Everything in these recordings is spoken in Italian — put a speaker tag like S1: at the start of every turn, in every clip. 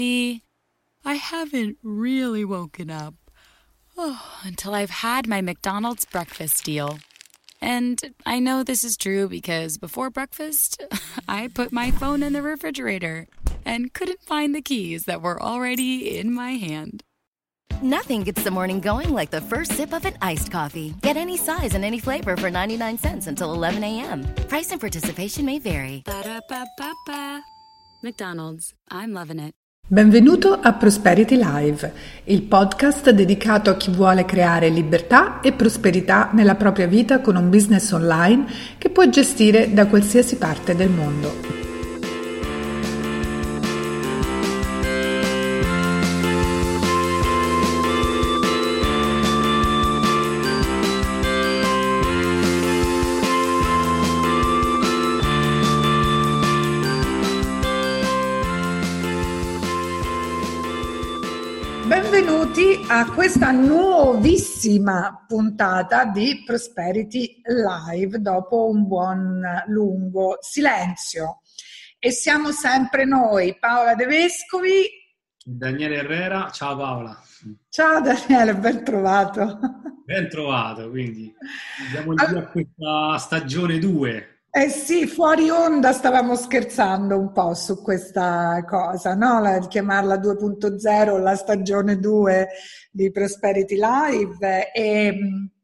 S1: I haven't really woken up until I've had my McDonald's breakfast deal. And I know this is true because before breakfast, I put my phone in the refrigerator and couldn't find the keys that were already in my hand.
S2: Nothing gets the morning going like the first sip of an iced coffee. Get any size and any flavor for 99 cents until 11 a.m. Price and participation may vary.
S1: Ba-da-ba-ba-ba. McDonald's, I'm loving it.
S3: Benvenuto a Prosperity Live, il podcast dedicato a chi vuole creare libertà e prosperità nella propria vita con un business online che può gestire da qualsiasi parte del mondo. Benvenuti a questa nuovissima puntata di Prosperity Live dopo un buon lungo silenzio. E siamo sempre noi, Paola De Vescovi,
S4: Daniele Herrera. Ciao Paola.
S3: Ciao Daniele, ben trovato.
S4: Ben trovato, quindi andiamo via a questa stagione 2.
S3: Eh sì, fuori onda stavamo scherzando un po' su questa cosa, no? Chiamarla 2.0, la stagione 2 di Prosperity Live. E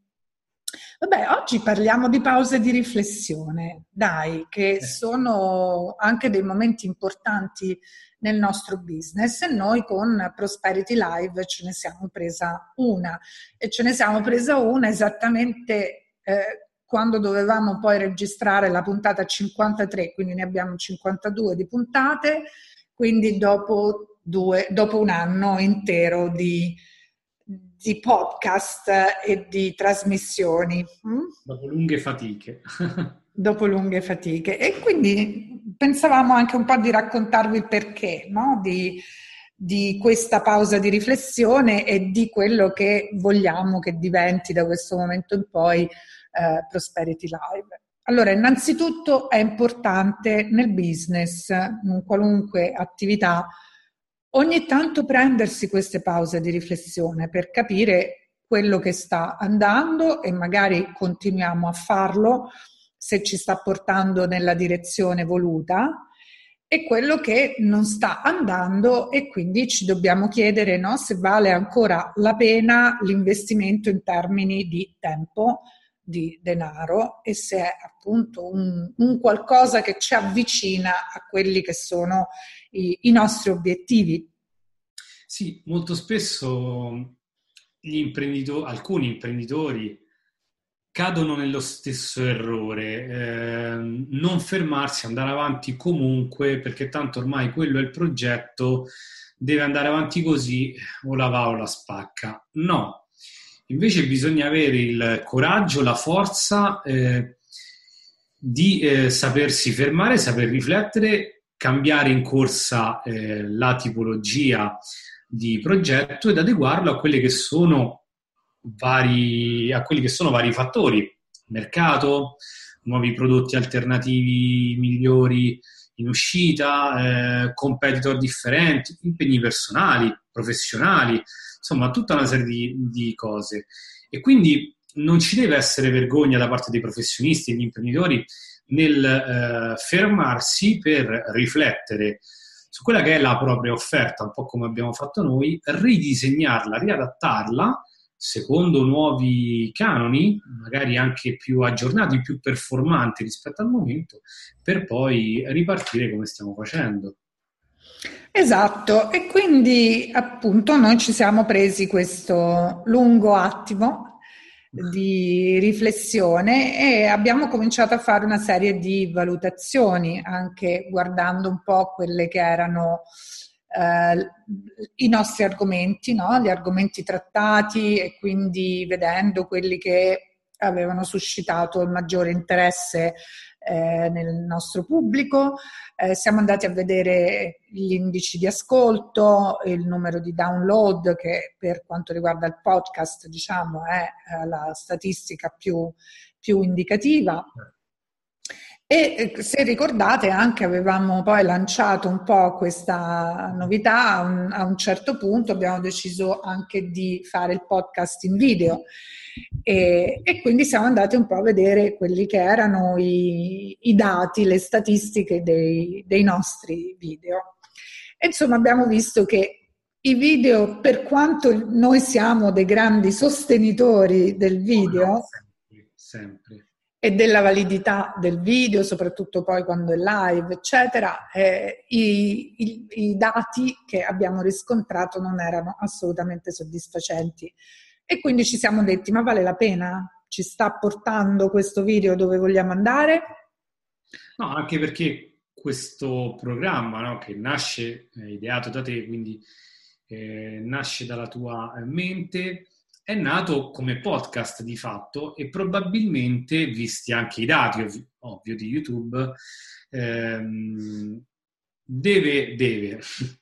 S3: vabbè, oggi parliamo di pause di riflessione, dai, che sono anche dei momenti importanti nel nostro business, e noi con Prosperity Live ce ne siamo presa una. E ce ne siamo presa una esattamente quando dovevamo poi registrare la puntata 53, quindi ne abbiamo 52 di puntate, quindi dopo un anno intero di podcast e di trasmissioni.
S4: Dopo lunghe fatiche.
S3: Dopo lunghe fatiche. E quindi pensavamo anche un po' di raccontarvi il perché, no? Di questa pausa di riflessione e di quello che vogliamo che diventi da questo momento in poi Prosperity Live. Allora, innanzitutto è importante nel business, in qualunque attività, ogni tanto prendersi queste pause di riflessione per capire quello che sta andando e magari continuiamo a farlo se ci sta portando nella direzione voluta, e quello che non sta andando, e quindi ci dobbiamo chiedere, no, se vale ancora la pena l'investimento in termini di tempo, di denaro, e se è appunto un qualcosa che ci avvicina a quelli che sono i nostri obiettivi.
S4: Sì, molto spesso alcuni imprenditori cadono nello stesso errore, non fermarsi, andare avanti comunque, perché tanto ormai quello è il progetto, deve andare avanti così, o la va o la spacca. No. Invece bisogna avere il coraggio, la forza di sapersi fermare, saper riflettere, cambiare in corsa la tipologia di progetto ed adeguarlo a quelli che sono vari fattori: mercato, nuovi prodotti alternativi migliori in uscita, competitor differenti, impegni personali, professionali. Insomma, tutta una serie di cose. E quindi non ci deve essere vergogna da parte dei professionisti e degli imprenditori nel fermarsi per riflettere su quella che è la propria offerta, un po' come abbiamo fatto noi, ridisegnarla, riadattarla secondo nuovi canoni, magari anche più aggiornati, più performanti rispetto al momento, per poi ripartire come stiamo facendo.
S3: Esatto, e quindi appunto noi ci siamo presi questo lungo attimo di riflessione e abbiamo cominciato a fare una serie di valutazioni, anche guardando un po' quelle che erano i nostri argomenti, no? Gli argomenti trattati, e quindi vedendo quelli che avevano suscitato il maggiore interesse nel nostro pubblico. Siamo andati a vedere gli indici di ascolto, il numero di download, che per quanto riguarda il podcast, diciamo, è la statistica più indicativa. E se ricordate anche avevamo poi lanciato un po' questa novità, a un certo punto abbiamo deciso anche di fare il podcast in video e quindi siamo andati un po' a vedere quelli che erano i dati, le statistiche dei nostri video. E insomma abbiamo visto che i video, per quanto noi siamo dei grandi sostenitori del video,
S4: sempre.
S3: E della validità del video, soprattutto poi quando è live, eccetera, i dati che abbiamo riscontrato non erano assolutamente soddisfacenti. E quindi ci siamo detti, ma vale la pena? Ci sta portando questo video dove vogliamo andare?
S4: No, anche perché questo programma, no, che nasce, ideato da te, quindi nasce dalla tua mente, è nato come podcast di fatto e probabilmente, visti anche i dati ovvio di YouTube, deve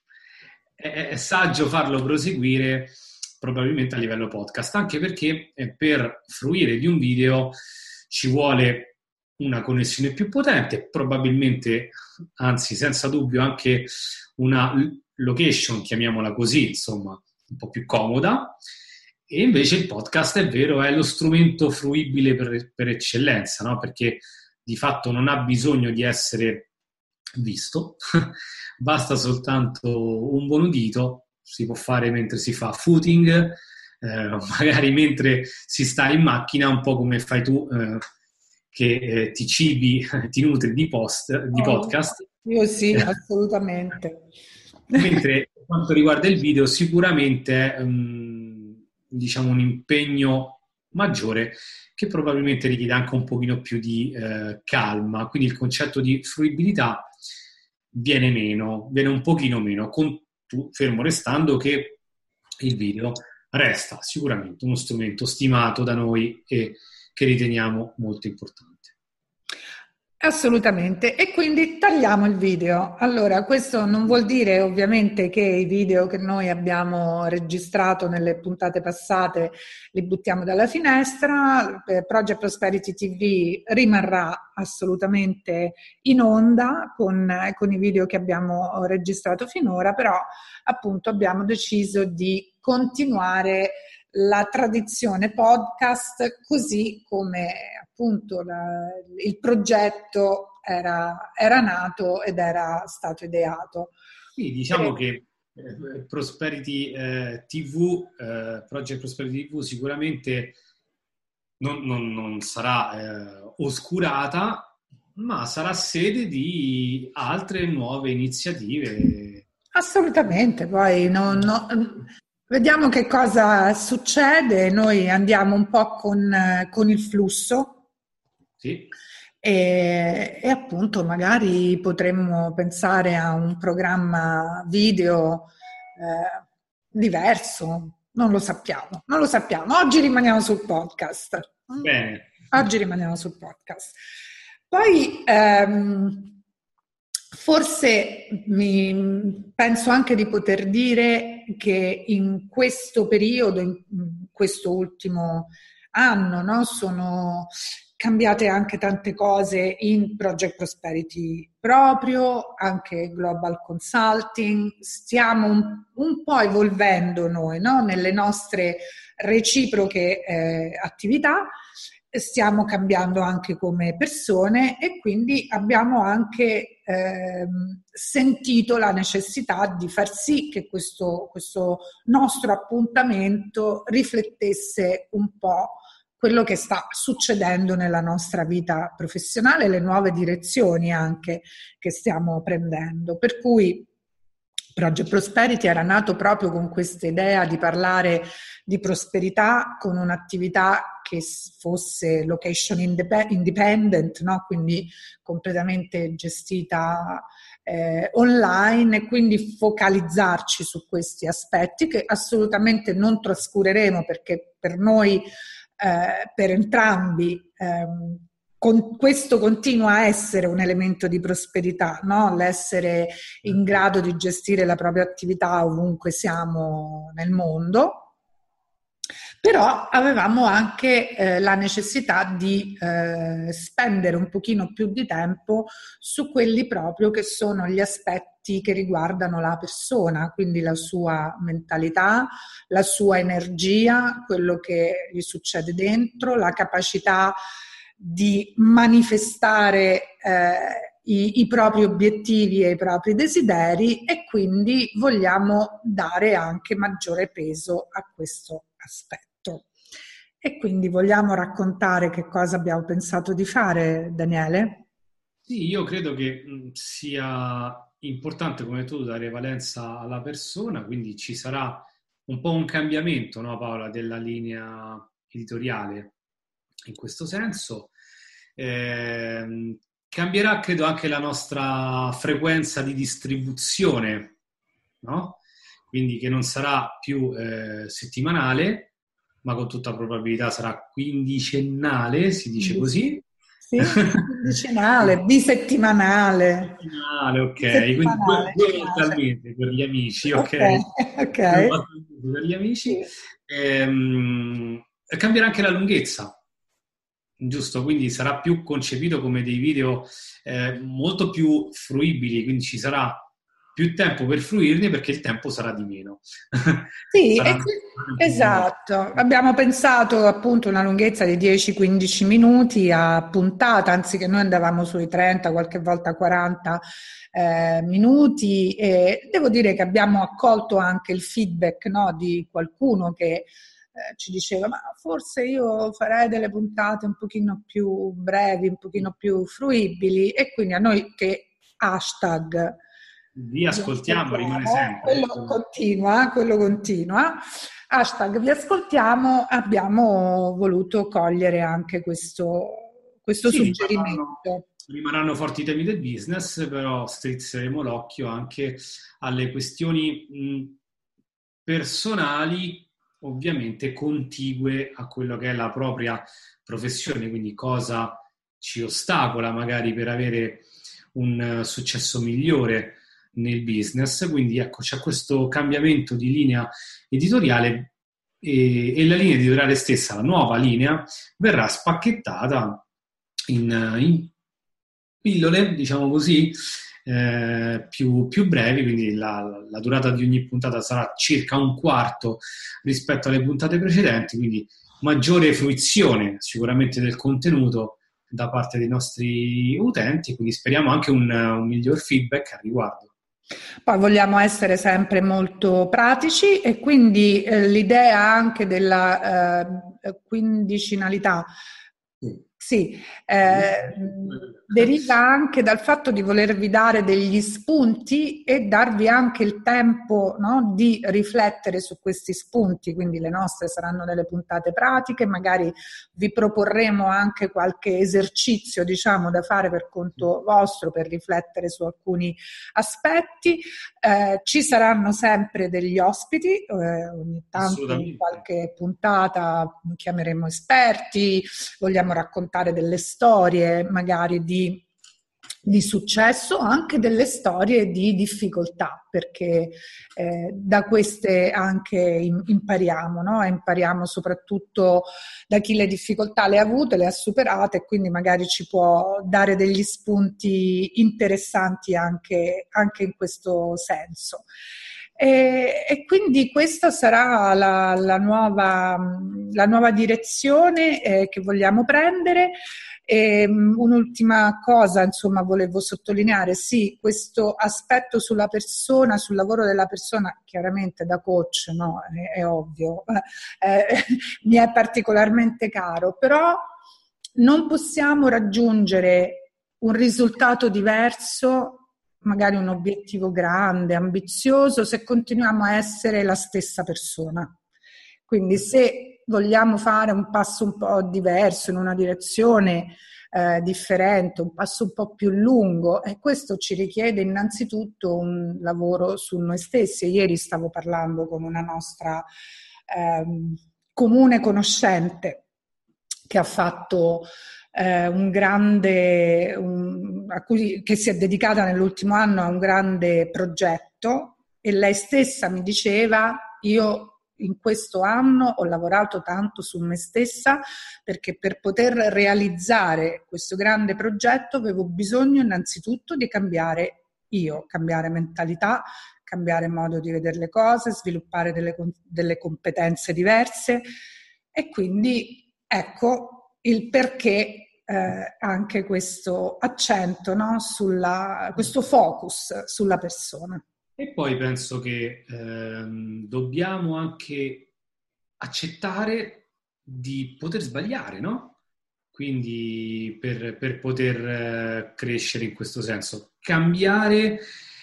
S4: è saggio farlo proseguire probabilmente a livello podcast, anche perché per fruire di un video ci vuole una connessione più potente, probabilmente, anzi senza dubbio anche una location, chiamiamola così, insomma, un po' più comoda. E invece il podcast, è vero, è lo strumento fruibile per eccellenza, no? Perché di fatto non ha bisogno di essere visto, basta soltanto un buon udito, si può fare mentre si fa footing, magari mentre si sta in macchina, un po' come fai tu, che ti cibi, ti nutri di podcast.
S3: Io sì, assolutamente.
S4: Mentre per quanto riguarda il video, sicuramente è diciamo un impegno maggiore che probabilmente richiede anche un pochino più di calma, quindi il concetto di fruibilità viene un pochino meno, fermo restando che il video resta sicuramente uno strumento stimato da noi e che riteniamo molto importante.
S3: Assolutamente, e quindi tagliamo il video. Allora, questo non vuol dire ovviamente che i video che noi abbiamo registrato nelle puntate passate li buttiamo dalla finestra. Project Prosperity TV rimarrà assolutamente in onda con i video che abbiamo registrato finora, però appunto abbiamo deciso di continuare la tradizione podcast così come appunto il progetto era nato ed era stato ideato.
S4: Sì, diciamo che Prosperity TV, Project Prosperity TV sicuramente non sarà oscurata, ma sarà sede di altre nuove iniziative.
S3: Assolutamente, poi vediamo che cosa succede, noi andiamo un po' con il flusso.
S4: Sì.
S3: E appunto magari potremmo pensare a un programma video diverso, non lo sappiamo. Oggi rimaniamo sul podcast.
S4: Bene.
S3: Oggi rimaniamo sul podcast. Poi forse penso anche di poter dire che in questo periodo, in questo ultimo anno, no, sono cambiate anche tante cose in Project Prosperity proprio, anche Global Consulting. Stiamo un po' evolvendo noi, no, nelle nostre reciproche attività. Stiamo cambiando anche come persone e quindi abbiamo anche sentito la necessità di far sì che questo nostro appuntamento riflettesse un po' quello che sta succedendo nella nostra vita professionale, le nuove direzioni anche che stiamo prendendo. Per cui Project Prosperity era nato proprio con questa idea di parlare di prosperità con un'attività che fosse location independent, no? Quindi completamente gestita online, e quindi focalizzarci su questi aspetti che assolutamente non trascureremo, perché per noi, per entrambi, questo continua a essere un elemento di prosperità, no? L'essere in grado di gestire la propria attività ovunque siamo nel mondo. Però avevamo anche la necessità di spendere un pochino più di tempo su quelli proprio che sono gli aspetti che riguardano la persona, quindi la sua mentalità, la sua energia, quello che gli succede dentro, la capacità di manifestare i propri obiettivi e i propri desideri, e quindi vogliamo dare anche maggiore peso a questo aspetto. E quindi vogliamo raccontare che cosa abbiamo pensato di fare, Daniele?
S4: Sì, io credo che sia importante, come tu, dare valenza alla persona, quindi ci sarà un po' un cambiamento, no, Paola, della linea editoriale in questo senso. Cambierà, credo, anche la nostra frequenza di distribuzione, no? Quindi che non sarà più settimanale, ma con tutta probabilità sarà quindicennale, si dice così.
S3: Sì, quindicenale, bisettimanale.
S4: Settimanale, ok, quindi
S3: Bisettimanale,
S4: due
S3: mi
S4: volte al
S3: piace.
S4: mese per gli amici, ok?
S3: Ok, ok.
S4: Due volte al mese per gli amici.
S3: Sì.
S4: Cambierà anche la lunghezza, giusto? Quindi sarà più concepito come dei video molto più fruibili, quindi ci sarà più tempo per fruirne perché il tempo sarà di meno.
S3: Sì,
S4: Saranno
S3: esatto. Abbiamo pensato appunto una lunghezza di 10-15 minuti a puntata, anziché noi andavamo sui 30, qualche volta 40 minuti, e devo dire che abbiamo accolto anche il feedback, no, di qualcuno che ci diceva: ma forse io farei delle puntate un pochino più brevi, un pochino più fruibili, e quindi a noi che hashtag
S4: vi
S3: vi
S4: ascoltiamo, rimane
S3: ascoltiamo,
S4: sempre.
S3: quello continua, hashtag vi ascoltiamo, abbiamo voluto cogliere anche questo
S4: Sì,
S3: suggerimento.
S4: rimarranno forti i temi del business, però strizzeremo l'occhio anche alle questioni personali, ovviamente contigue a quello che è la propria professione, quindi cosa ci ostacola magari per avere un successo migliore nel business. Quindi ecco, c'è questo cambiamento di linea editoriale e la linea editoriale stessa, la nuova linea, verrà spacchettata in pillole, diciamo così, più brevi, quindi la durata di ogni puntata sarà circa un quarto rispetto alle puntate precedenti, quindi maggiore fruizione sicuramente del contenuto da parte dei nostri utenti, quindi speriamo anche un miglior feedback al riguardo.
S3: Poi vogliamo essere sempre molto pratici, e quindi l'idea anche della quindicinalità, sì, deriva anche dal fatto di volervi dare degli spunti e darvi anche il tempo, no, di riflettere su questi spunti. Quindi le nostre saranno delle puntate pratiche, magari vi proporremo anche qualche esercizio, diciamo, da fare per conto vostro per riflettere su alcuni aspetti. Ci saranno sempre degli ospiti, ogni tanto in qualche puntata chiameremo esperti, vogliamo raccontare delle storie magari di successo, anche delle storie di difficoltà, perché da queste anche impariamo, no? Impariamo soprattutto da chi le difficoltà le ha avute, le ha superate, e quindi magari ci può dare degli spunti interessanti anche in questo senso. E quindi questa sarà la nuova direzione che vogliamo prendere. E un'ultima cosa, insomma, volevo sottolineare, sì, questo aspetto sulla persona, sul lavoro della persona, chiaramente da coach, no, è ovvio, mi è particolarmente caro, però non possiamo raggiungere un risultato diverso, magari un obiettivo grande, ambizioso, se continuiamo a essere la stessa persona. Quindi se vogliamo fare un passo un po' diverso, in una direzione differente, un passo un po' più lungo, e questo ci richiede innanzitutto un lavoro su noi stessi. Ieri stavo parlando con una nostra comune conoscente che ha fatto che si è dedicata nell'ultimo anno a un grande progetto, e lei stessa mi diceva: io in questo anno ho lavorato tanto su me stessa, perché per poter realizzare questo grande progetto avevo bisogno innanzitutto di cambiare mentalità, cambiare modo di vedere le cose, sviluppare delle competenze diverse, e quindi ecco il perché anche questo accento, no? Questo focus sulla persona.
S4: E poi penso che dobbiamo anche accettare di poter sbagliare, no? Quindi per poter crescere in questo senso, cambiare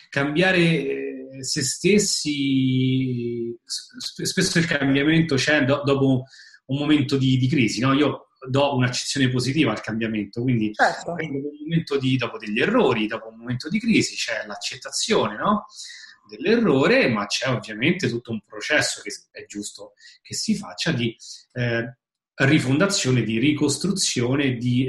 S4: se stessi. Spesso il cambiamento c'è dopo un momento di crisi, no? Io do un'accezione positiva al cambiamento, quindi
S3: certo.
S4: dopo degli errori, dopo un momento di crisi c'è l'accettazione, no? Dell'errore, ma c'è ovviamente tutto un processo che è giusto che si faccia di rifondazione, di ricostruzione, di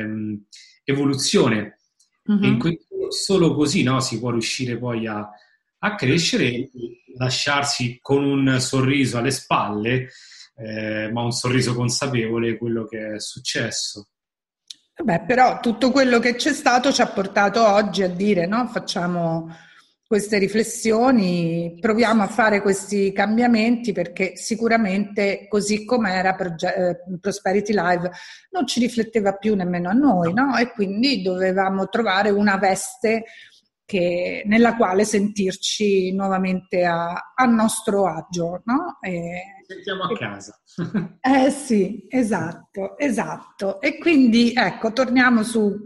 S4: evoluzione.
S3: Mm-hmm.
S4: E solo così, no, si può riuscire poi a crescere e lasciarsi con un sorriso alle spalle, ma un sorriso consapevole quello che è successo.
S3: Beh, però tutto quello che c'è stato ci ha portato oggi a dire, no? Facciamo queste riflessioni, proviamo a fare questi cambiamenti, perché sicuramente così com'era Prosperity Live non ci rifletteva più nemmeno a noi, no? E quindi dovevamo trovare una veste nella quale sentirci nuovamente a nostro agio, no?
S4: Sentiamo a casa.
S3: Sì, esatto. E quindi ecco, torniamo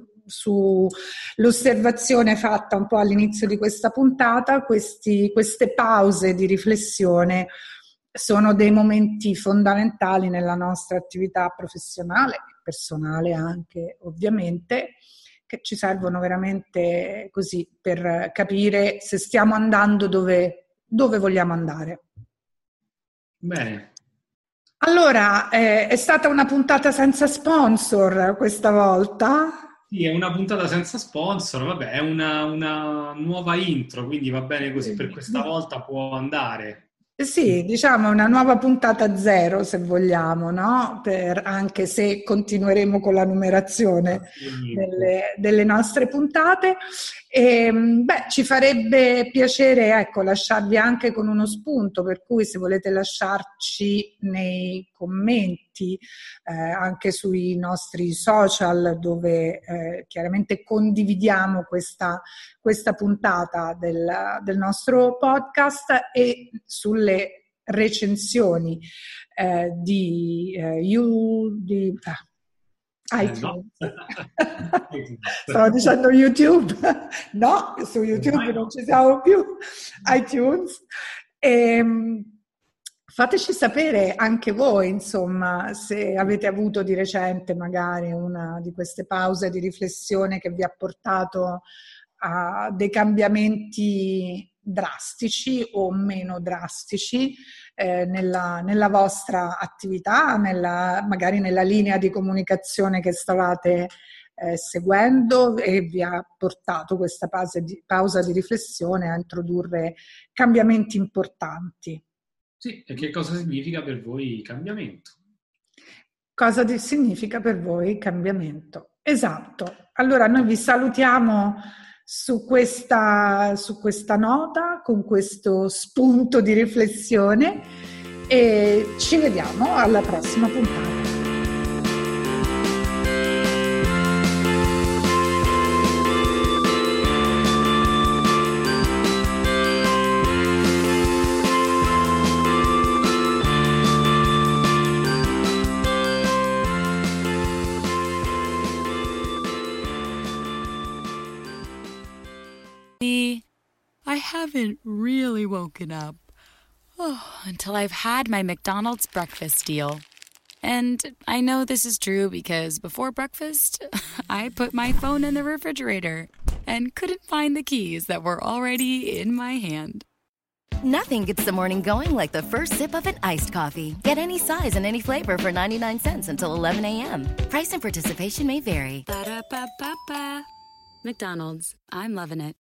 S3: sull'osservazione fatta un po' all'inizio di questa puntata. Queste pause di riflessione sono dei momenti fondamentali nella nostra attività professionale, personale anche ovviamente, che ci servono veramente così per capire se stiamo andando dove vogliamo andare.
S4: Bene.
S3: Allora, è stata una puntata senza sponsor questa volta?
S4: Sì, è una puntata senza sponsor, vabbè, è una nuova intro, quindi va bene così, per questa volta può andare.
S3: Sì, diciamo una nuova puntata zero, se vogliamo, no? Anche se continueremo con la numerazione delle nostre puntate. Ci farebbe piacere, ecco, lasciarvi anche con uno spunto, per cui se volete lasciarci nei commenti anche sui nostri social, dove chiaramente condividiamo questa puntata del nostro podcast, e sulle recensioni di iTunes.
S4: No.
S3: Stavo dicendo YouTube. No, su YouTube non ci siamo più. iTunes. Fateci sapere anche voi, insomma, se avete avuto di recente magari una di queste pause di riflessione che vi ha portato a dei cambiamenti drastici o meno drastici nella vostra attività, magari nella linea di comunicazione che stavate seguendo, e vi ha portato questa pausa di riflessione a introdurre cambiamenti importanti.
S4: Sì, e che cosa significa per voi cambiamento?
S3: Cosa significa per voi cambiamento? Esatto. Allora noi vi salutiamo su questa nota, con questo spunto di riflessione, e ci vediamo alla prossima puntata.
S1: I haven't really woken up until I've had my McDonald's breakfast deal. And I know this is true because before breakfast, I put my phone in the refrigerator and couldn't find the keys that were already in my hand.
S2: Nothing gets the morning going like the first sip of an iced coffee. Get any size and any flavor for 99 cents until 11 a.m. Price and participation may vary.
S1: Ba-da-ba-ba-ba. McDonald's. I'm loving it.